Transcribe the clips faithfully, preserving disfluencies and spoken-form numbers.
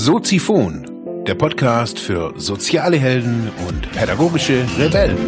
Soziphon, der Podcast für soziale Helden und pädagogische Rebellen.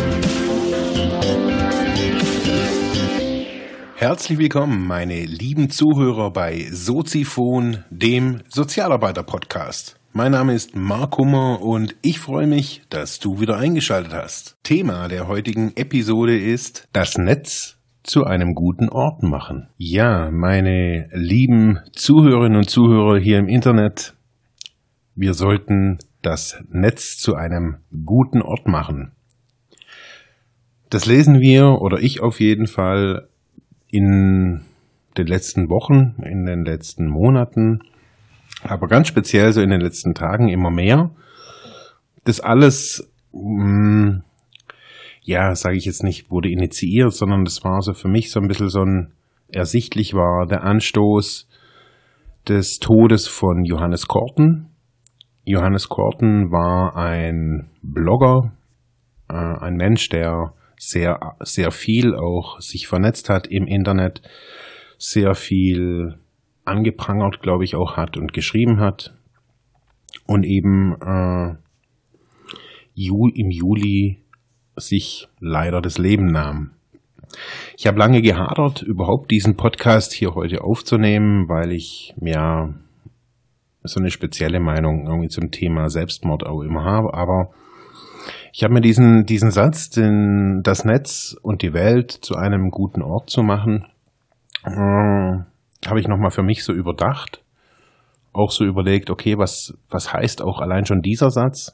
Herzlich willkommen, meine lieben Zuhörer bei Soziphon, dem Sozialarbeiter-Podcast. Mein Name ist Mark Hummer und ich freue mich, dass du wieder eingeschaltet hast. Thema der heutigen Episode ist das Netz zu einem guten Ort machen. Ja, meine lieben Zuhörerinnen und Zuhörer hier im Internet, wir sollten das Netz zu einem guten Ort machen. Das lesen wir, oder ich auf jeden Fall, in den letzten Wochen, in den letzten Monaten, aber ganz speziell so in den letzten Tagen immer mehr. Das alles, mh, ja, sage ich jetzt nicht, wurde initiiert, sondern das war so für mich so ein bisschen so ein, ersichtlich war der Anstoß des Todes von Johannes Korten. Johannes Korten war ein Blogger, äh, ein Mensch, der sehr, sehr viel auch sich vernetzt hat im Internet, sehr viel angeprangert, glaube ich, auch hat und geschrieben hat und eben äh, Ju- im Juli sich leider das Leben nahm. Ich habe lange gehadert, überhaupt diesen Podcast hier heute aufzunehmen, weil ich mir so eine spezielle Meinung irgendwie zum Thema Selbstmord auch immer habe, aber ich habe mir diesen, diesen Satz, den, das Netz und die Welt zu einem guten Ort zu machen, äh, habe ich nochmal für mich so überdacht, auch so überlegt, okay, was, was heißt auch allein schon dieser Satz?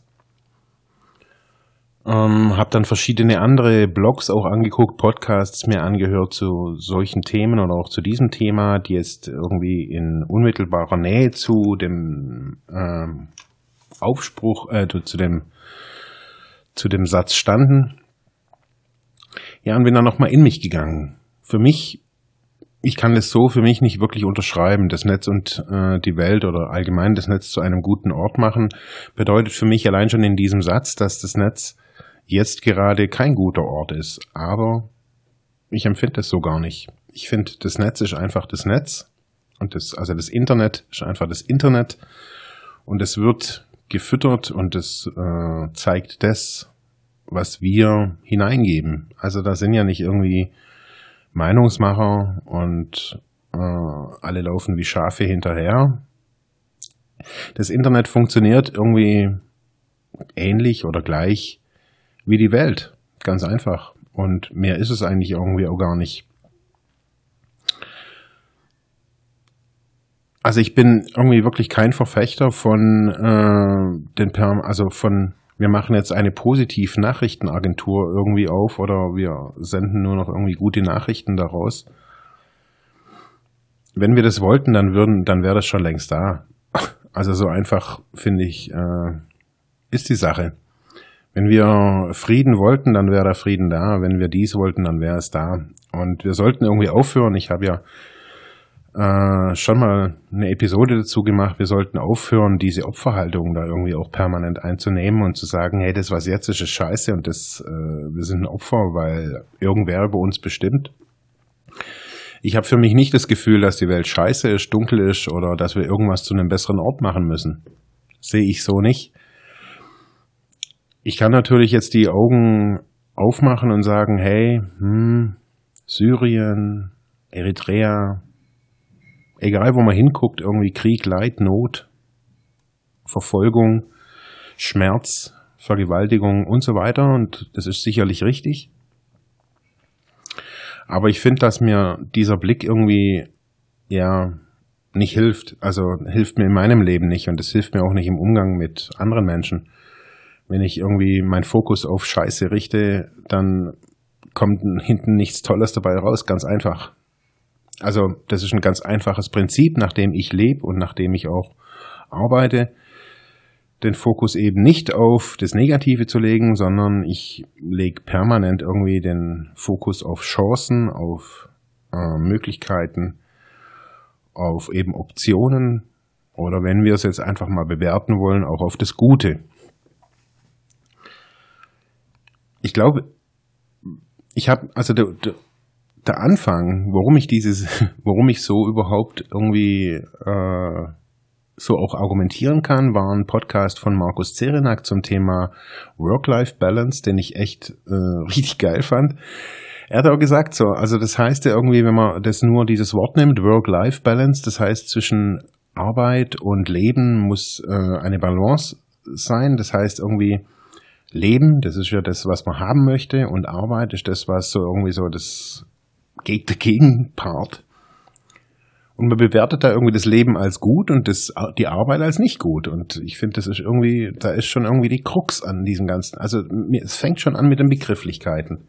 Ähm, habe dann verschiedene andere Blogs auch angeguckt, Podcasts mir angehört zu solchen Themen oder auch zu diesem Thema, die jetzt irgendwie in unmittelbarer Nähe zu dem ähm, Aufspruch, äh, zu dem zu dem Satz standen. Ja, und bin dann nochmal in mich gegangen. Für mich, ich kann das so für mich nicht wirklich unterschreiben, das Netz und äh, die Welt oder allgemein das Netz zu einem guten Ort machen, bedeutet für mich allein schon in diesem Satz, dass das Netz jetzt gerade kein guter Ort ist. Aber ich empfinde das so gar nicht. Ich finde, das Netz ist einfach das Netz und das, also das Internet ist einfach das Internet und es wird gefüttert und es äh, zeigt das, was wir hineingeben. Also da sind ja nicht irgendwie Meinungsmacher und äh, alle laufen wie Schafe hinterher. Das Internet funktioniert irgendwie ähnlich oder gleich wie die Welt. Ganz einfach. Und mehr ist es eigentlich irgendwie auch gar nicht. Also ich bin irgendwie wirklich kein Verfechter von äh, den Perm, also von wir machen jetzt eine Positiv-Nachrichtenagentur irgendwie auf oder wir senden nur noch irgendwie gute Nachrichten daraus. Wenn wir das wollten, dann würden, dann wäre das schon längst da. Also so einfach, finde ich, äh, ist die Sache. Wenn wir Frieden wollten, dann wäre der Frieden da. Wenn wir dies wollten, dann wäre es da. Und wir sollten irgendwie aufhören. Ich habe ja Äh, schon mal eine Episode dazu gemacht, wir sollten aufhören, diese Opferhaltung da irgendwie auch permanent einzunehmen und zu sagen, hey, das was jetzt ist, ist scheiße und das, äh, wir sind ein Opfer, weil irgendwer über uns bestimmt. Ich habe für mich nicht das Gefühl, dass die Welt scheiße ist, dunkel ist oder dass wir irgendwas zu einem besseren Ort machen müssen. Sehe ich so nicht. Ich kann natürlich jetzt die Augen aufmachen und sagen, hey, hm, Syrien, Eritrea, egal wo man hinguckt, irgendwie Krieg, Leid, Not, Verfolgung, Schmerz, Vergewaltigung und so weiter. Und das ist sicherlich richtig. Aber ich finde, dass mir dieser Blick irgendwie ja nicht hilft. Also hilft mir in meinem Leben nicht und es hilft mir auch nicht im Umgang mit anderen Menschen. Wenn ich irgendwie meinen Fokus auf Scheiße richte, dann kommt hinten nichts Tolles dabei raus, ganz einfach. Also das ist ein ganz einfaches Prinzip, nach dem ich lebe und nach dem ich auch arbeite, den Fokus eben nicht auf das Negative zu legen, sondern ich lege permanent irgendwie den Fokus auf Chancen, auf äh, Möglichkeiten, auf eben Optionen oder wenn wir es jetzt einfach mal bewerten wollen, auch auf das Gute. Ich glaube, ich habe, also der, der der Anfang, warum ich dieses, warum ich so überhaupt irgendwie äh, so auch argumentieren kann, war ein Podcast von Markus Zerenak zum Thema Work-Life-Balance, den ich echt äh, richtig geil fand. Er hat auch gesagt so, also das heißt ja irgendwie, wenn man das nur dieses Wort nimmt, Work-Life-Balance, das heißt zwischen Arbeit und Leben muss äh, eine Balance sein. Das heißt irgendwie Leben, das ist ja das, was man haben möchte, und Arbeit ist das, was so irgendwie so das der Gegenpart. Und man bewertet da irgendwie das Leben als gut und das, die Arbeit als nicht gut. Und ich finde, das ist irgendwie, da ist schon irgendwie die Krux an diesem Ganzen. Also es fängt schon an mit den Begrifflichkeiten.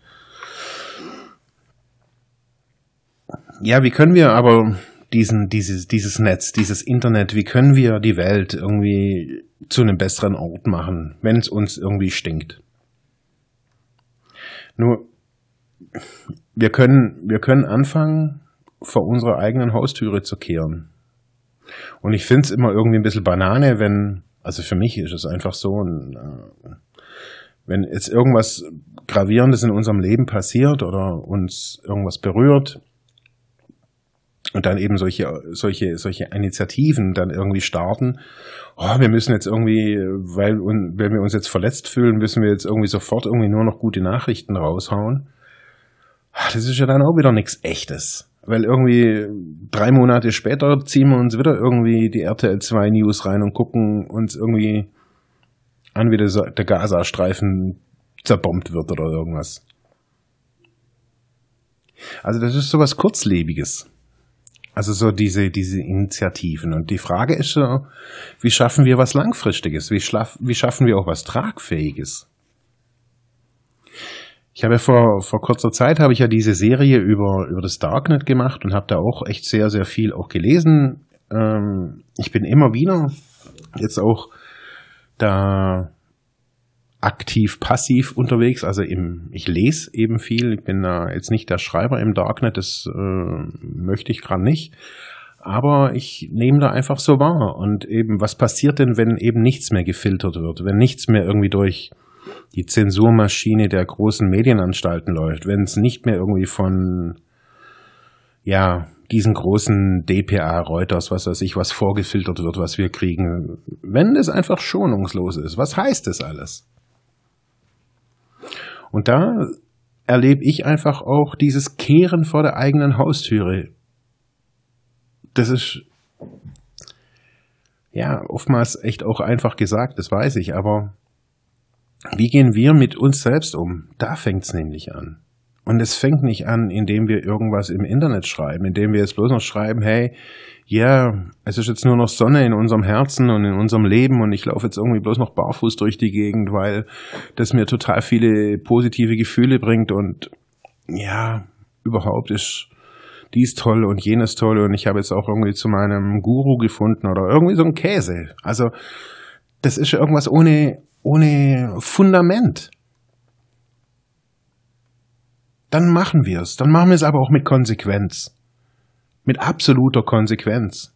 Ja, wie können wir aber diesen, dieses, dieses Netz, dieses Internet, wie können wir die Welt irgendwie zu einem besseren Ort machen, wenn es uns irgendwie stinkt? Nur, wir können, wir können anfangen, vor unserer eigenen Haustüre zu kehren. Und ich finde es immer irgendwie ein bisschen Banane, wenn, also für mich ist es einfach so, wenn jetzt irgendwas Gravierendes in unserem Leben passiert oder uns irgendwas berührt und dann eben solche, solche, solche Initiativen dann irgendwie starten, oh, wir müssen jetzt irgendwie, weil, wenn wir uns jetzt verletzt fühlen, müssen wir jetzt irgendwie sofort irgendwie nur noch gute Nachrichten raushauen. Das ist ja dann auch wieder nichts Echtes. Weil irgendwie drei Monate später ziehen wir uns wieder irgendwie die R T L zwei News rein und gucken uns irgendwie an, wie der, der Gazastreifen zerbombt wird oder irgendwas. Also das ist sowas Kurzlebiges. Also so diese, diese Initiativen. Und die Frage ist so, wie schaffen wir was Langfristiges? Wie, schlaf, wie schaffen wir auch was Tragfähiges? Ich habe ja vor, vor kurzer Zeit habe ich ja diese Serie über, über das Darknet gemacht und habe da auch echt sehr, sehr viel auch gelesen. Ähm, ich bin immer wieder jetzt auch da aktiv, passiv unterwegs. Also im, ich lese eben viel. Ich bin da jetzt nicht der Schreiber im Darknet, das äh, möchte ich gerade nicht. Aber ich nehme da einfach so wahr. Und eben, was passiert denn, wenn eben nichts mehr gefiltert wird? Wenn nichts mehr irgendwie durch die Zensurmaschine der großen Medienanstalten läuft, wenn es nicht mehr irgendwie von, ja, diesen großen D P A, Reuters, was weiß ich, was vorgefiltert wird, was wir kriegen, wenn es einfach schonungslos ist. Was heißt das alles? Und da erlebe ich einfach auch dieses Kehren vor der eigenen Haustüre. Das ist, ja, oftmals echt auch einfach gesagt, das weiß ich, aber wie gehen wir mit uns selbst um? Da fängt es nämlich an. Und es fängt nicht an, indem wir irgendwas im Internet schreiben, indem wir jetzt bloß noch schreiben, hey, ja, yeah, es ist jetzt nur noch Sonne in unserem Herzen und in unserem Leben und ich laufe jetzt irgendwie bloß noch barfuß durch die Gegend, weil das mir total viele positive Gefühle bringt und ja, überhaupt ist dies toll und jenes toll und ich habe jetzt auch irgendwie zu meinem Guru gefunden oder irgendwie so ein Käse. Also das ist irgendwas ohne ohne Fundament. Dann machen wir es. Dann machen wir es aber auch mit Konsequenz. Mit absoluter Konsequenz.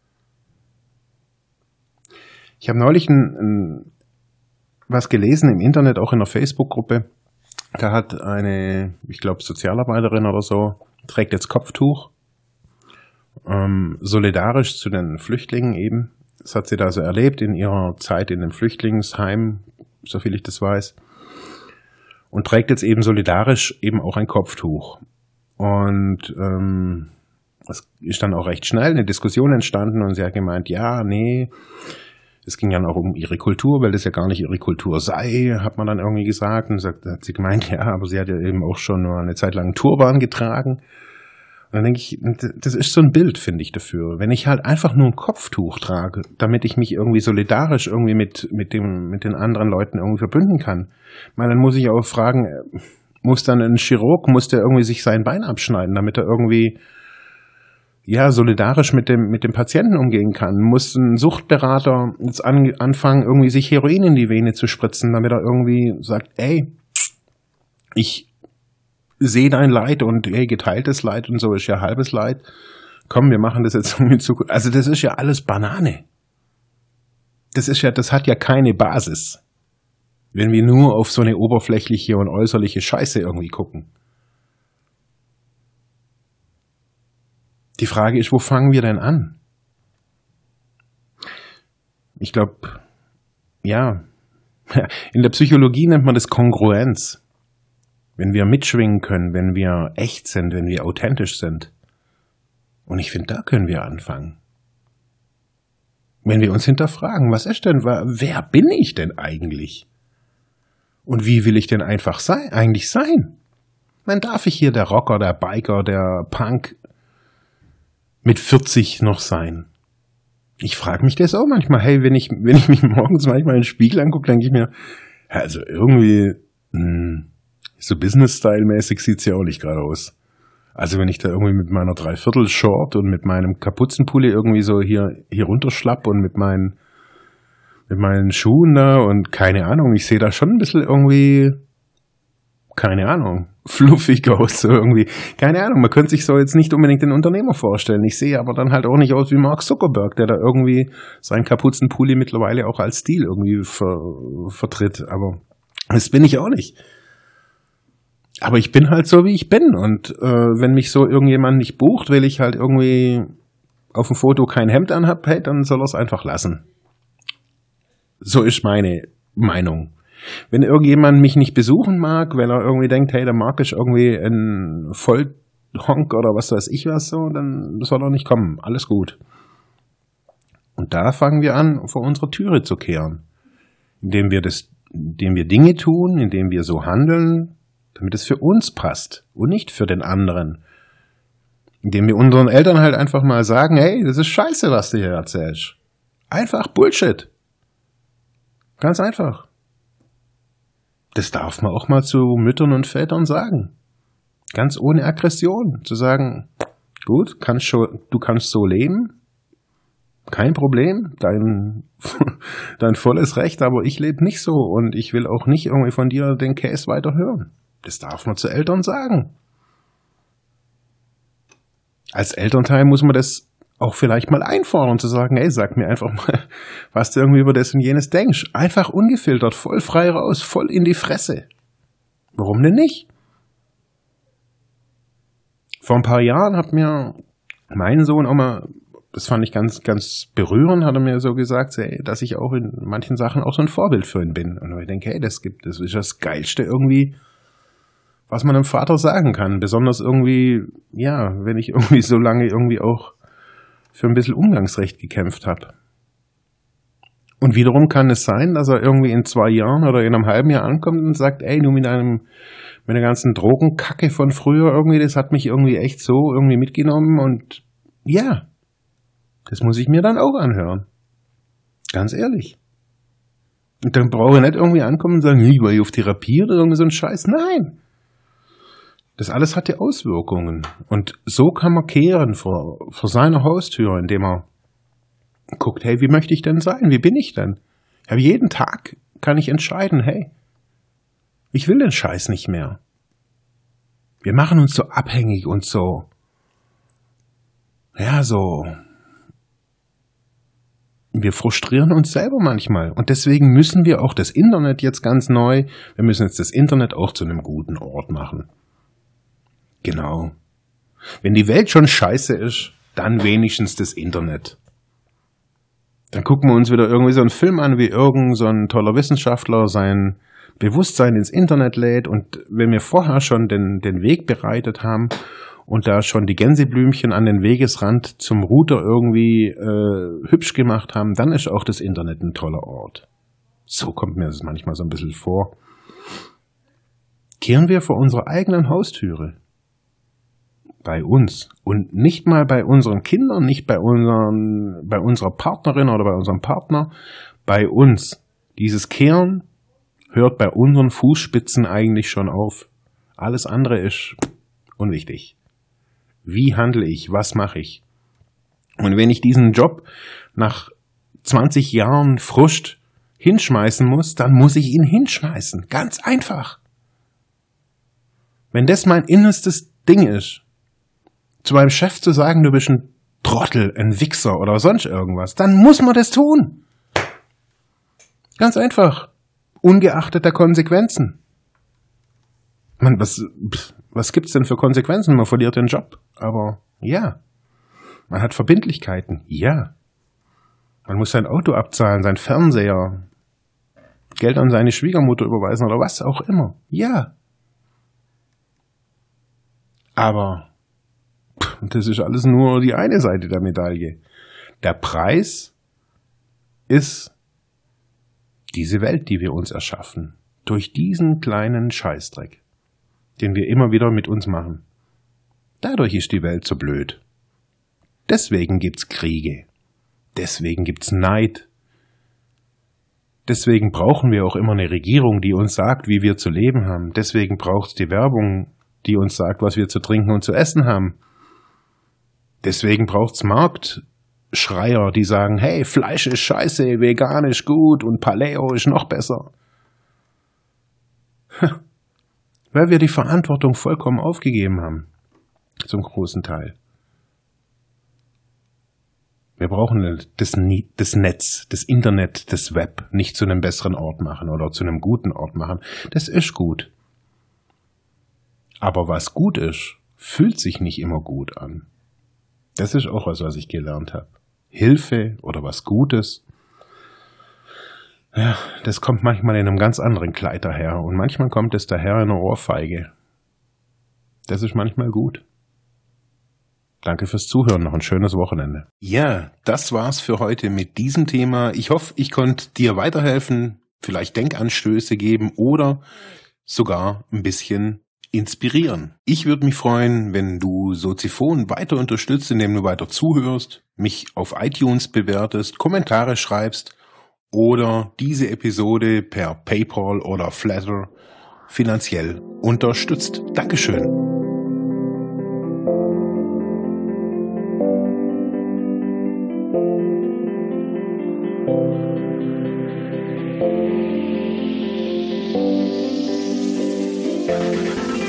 Ich habe neulich ein, ein, was gelesen im Internet, auch in der Facebook-Gruppe. Da hat eine, ich glaube, Sozialarbeiterin oder so, trägt jetzt Kopftuch, ähm, solidarisch zu den Flüchtlingen eben. Das hat sie da so erlebt in ihrer Zeit in dem Flüchtlingsheim, soviel ich das weiß. Und trägt jetzt eben solidarisch eben auch ein Kopftuch. Und ähm, es ist dann auch recht schnell eine Diskussion entstanden und sie hat gemeint, ja, nee, es ging dann auch um ihre Kultur, weil das ja gar nicht ihre Kultur sei, hat man dann irgendwie gesagt. Und sagt, hat sie gemeint, ja, aber sie hat ja eben auch schon nur eine Zeit lang einen Turban getragen. Und dann denke ich, das ist so ein Bild, finde ich, dafür. Wenn ich halt einfach nur ein Kopftuch trage, damit ich mich irgendwie solidarisch irgendwie mit, mit dem, mit den anderen Leuten irgendwie verbünden kann, weil dann muss ich auch fragen, muss dann ein Chirurg, muss der irgendwie sich sein Bein abschneiden, damit er irgendwie, ja, solidarisch mit dem, mit dem Patienten umgehen kann? Muss ein Suchtberater jetzt an, anfangen, irgendwie sich Heroin in die Vene zu spritzen, damit er irgendwie sagt, ey, ich sehe dein Leid und hey, geteiltes Leid und so ist ja halbes Leid. Komm, wir machen das jetzt irgendwie in Zukunft. Also das ist ja alles Banane. Das ist ja, das hat ja keine Basis, wenn wir nur auf so eine oberflächliche und äußerliche Scheiße irgendwie gucken. Die Frage ist, wo fangen wir denn an? ich glaube, ja, in der Psychologie nennt man das Kongruenz. Wenn wir mitschwingen können, wenn wir echt sind, wenn wir authentisch sind. Und ich finde, da können wir anfangen. Wenn wir uns hinterfragen, was ist denn, wer bin ich denn eigentlich? Und wie will ich denn einfach sein, eigentlich sein? Dann darf ich hier der Rocker, der Biker, der Punk mit vierzig noch sein. Ich frage mich das auch manchmal, hey, wenn ich, wenn ich mich morgens manchmal in den Spiegel angucke, denke ich mir, also irgendwie, mh, so Business-Style-mäßig sieht's ja auch nicht gerade aus. Also wenn ich da irgendwie mit meiner Dreiviertel-Short und mit meinem Kapuzenpulli irgendwie so hier, hier runterschlapp und mit meinen, mit meinen Schuhen da und keine Ahnung, ich sehe da schon ein bisschen irgendwie, keine Ahnung, fluffig aus, so irgendwie. Keine Ahnung, man könnte sich so jetzt nicht unbedingt den Unternehmer vorstellen. Ich sehe aber dann halt auch nicht aus wie Mark Zuckerberg, der da irgendwie seinen Kapuzenpulli mittlerweile auch als Stil irgendwie ver, vertritt. Aber das bin ich auch nicht. Aber ich bin halt so, wie ich bin. Und äh, wenn mich so irgendjemand nicht bucht, weil ich halt irgendwie auf dem Foto kein Hemd anhab, hey, dann soll er es einfach lassen. So ist meine Meinung. Wenn irgendjemand mich nicht besuchen mag, weil er irgendwie denkt, hey, der Marc ist irgendwie ein Vollhonk oder was weiß ich was so, dann soll er nicht kommen. Alles gut. Und da fangen wir an, vor unserer Türe zu kehren. Indem wir das, indem wir Dinge tun, indem wir so handeln, damit es für uns passt und nicht für den anderen. Indem wir unseren Eltern halt einfach mal sagen, hey, das ist scheiße, was du hier erzählst. Einfach Bullshit. Ganz einfach. Das darf man auch mal zu Müttern und Vätern sagen. Ganz ohne Aggression. Zu sagen, gut, kannst schon, du kannst so leben. Kein Problem. Dein, dein volles Recht, aber ich lebe nicht so und ich will auch nicht irgendwie von dir den Käse weiter hören. Das darf man zu Eltern sagen. Als Elternteil muss man das auch vielleicht mal einfordern, zu sagen, ey, sag mir einfach mal, was du irgendwie über das und jenes denkst. Einfach ungefiltert, voll frei raus, voll in die Fresse. Warum denn nicht? Vor ein paar Jahren hat mir mein Sohn auch mal, das fand ich ganz, ganz berührend, hat er mir so gesagt, ey, dass ich auch in manchen Sachen auch so ein Vorbild für ihn bin. Und ich denke, hey, das gibt, das ist das Geilste irgendwie, was man einem Vater sagen kann. Besonders irgendwie, ja, wenn ich irgendwie so lange irgendwie auch für ein bisschen Umgangsrecht gekämpft habe. Und wiederum kann es sein, dass er irgendwie in zwei Jahren oder in einem halben Jahr ankommt und sagt, ey, du mit einem, mit der ganzen Drogenkacke von früher irgendwie, das hat mich irgendwie echt so irgendwie mitgenommen und ja, das muss ich mir dann auch anhören. Ganz ehrlich. Und dann brauche ich nicht irgendwie ankommen und sagen, ich war hier auf Therapie oder irgendwie so ein Scheiß. Nein. Das alles hat ja Auswirkungen. Und so kann man kehren vor, vor seiner Haustür, indem er guckt, hey, wie möchte ich denn sein? Wie bin ich denn? Ja, jeden Tag kann ich entscheiden, hey, ich will den Scheiß nicht mehr. Wir machen uns so abhängig und so, ja, so, wir frustrieren uns selber manchmal. Und deswegen müssen wir auch das Internet jetzt ganz neu, wir müssen jetzt das Internet auch zu einem guten Ort machen. Genau. Wenn die Welt schon scheiße ist, dann wenigstens das Internet. Dann gucken wir uns wieder irgendwie so einen Film an, wie irgend so ein toller Wissenschaftler sein Bewusstsein ins Internet lädt. Und wenn wir vorher schon den, den Weg bereitet haben und da schon die Gänseblümchen an den Wegesrand zum Router irgendwie äh, hübsch gemacht haben, dann ist auch das Internet ein toller Ort. So kommt mir das manchmal so ein bisschen vor. Kehren wir vor unserer eigenen Haustüre. Bei uns und nicht mal bei unseren Kindern, nicht bei unseren, bei unserer Partnerin oder bei unserem Partner, bei uns. Dieses Kehren hört bei unseren Fußspitzen eigentlich schon auf. Alles andere ist unwichtig. Wie handle ich? Was mache ich? Und wenn ich diesen Job nach zwanzig Jahren Frust hinschmeißen muss, dann muss ich ihn hinschmeißen. Ganz einfach. Wenn das mein innerstes Ding ist, zu meinem Chef zu sagen, du bist ein Trottel, ein Wichser oder sonst irgendwas, dann muss man das tun. Ganz einfach. Ungeachtet der Konsequenzen. Man, was, was gibt's denn für Konsequenzen? Man verliert den Job. Aber ja. Man hat Verbindlichkeiten. Ja. Man muss sein Auto abzahlen, sein Fernseher, Geld an seine Schwiegermutter überweisen oder was auch immer. Ja. Aber pff, das ist alles nur die eine Seite der Medaille. Der Preis ist diese Welt, die wir uns erschaffen. Durch diesen kleinen Scheißdreck, den wir immer wieder mit uns machen. Dadurch ist die Welt so blöd. Deswegen gibt's Kriege. Deswegen gibt's Neid. Deswegen brauchen wir auch immer eine Regierung, die uns sagt, wie wir zu leben haben. Deswegen braucht's die Werbung, die uns sagt, was wir zu trinken und zu essen haben. Deswegen braucht's Marktschreier, die sagen, hey, Fleisch ist scheiße, vegan ist gut und Paleo ist noch besser. Weil wir die Verantwortung vollkommen aufgegeben haben. Zum großen Teil. Wir brauchen das, das Netz, das Internet, das Web nicht zu einem besseren Ort machen oder zu einem guten Ort machen. Das ist gut. Aber was gut ist, fühlt sich nicht immer gut an. Das ist auch was, was ich gelernt habe. Hilfe oder was Gutes, ja, das kommt manchmal in einem ganz anderen Kleid daher und manchmal kommt es daher in einer Ohrfeige. Das ist manchmal gut. Danke fürs Zuhören, noch ein schönes Wochenende. Ja, das war's für heute mit diesem Thema. Ich hoffe, ich konnte dir weiterhelfen, vielleicht Denkanstöße geben oder sogar ein bisschen inspirieren. Ich würde mich freuen, wenn du Soziphon weiter unterstützt, indem du weiter zuhörst, mich auf iTunes bewertest, Kommentare schreibst oder diese Episode per PayPal oder Flatter finanziell unterstützt. Dankeschön. Thank you.